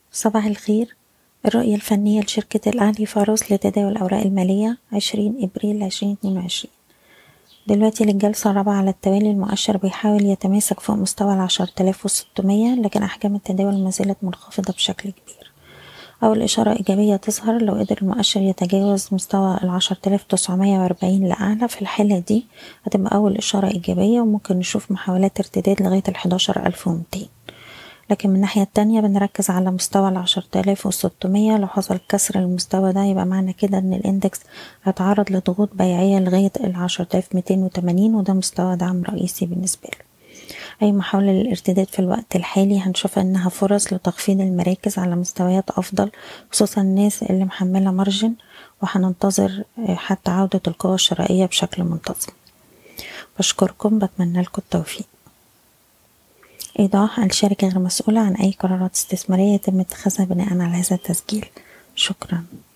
صباح الخير. الرؤية الفنية لشركة الأهلي فاروس لتداول الأوراق المالية 20 إبريل 2022. دلوقتي للجلسة الرابعة على التوالي المؤشر بيحاول يتماسك فوق مستوى 10,600، لكن أحجام التداول ما زالت منخفضة بشكل كبير. أول إشارة إيجابية تظهر لو قدر المؤشر يتجاوز مستوى 10,940 لأعلى. في الحالة دي هتبقى أول إشارة إيجابية، وممكن نشوف محاولات ارتداد لغاية 11,200. لكن من الناحية التانية بنركز على مستوى 10,600. لو حصل كسر المستوى ده يبقى معنى كده ان الاندكس هيتعرض لضغوط بيعية لغاية 10,280، وده مستوى دعم رئيسي بالنسبة له. اي محاولة للارتداد في الوقت الحالي هنشوف انها فرص لتخفيض المراكز على مستويات افضل، خصوصا الناس اللي محملة مارجن، وهننتظر حتى عودة القوى الشرائية بشكل منتظم. بشكركم، بتمنى لكم التوفيق. إيضاح: الشركة غير مسؤولة عن أي قرارات استثمارية يتم اتخاذها بناء على هذا التسجيل. شكرا.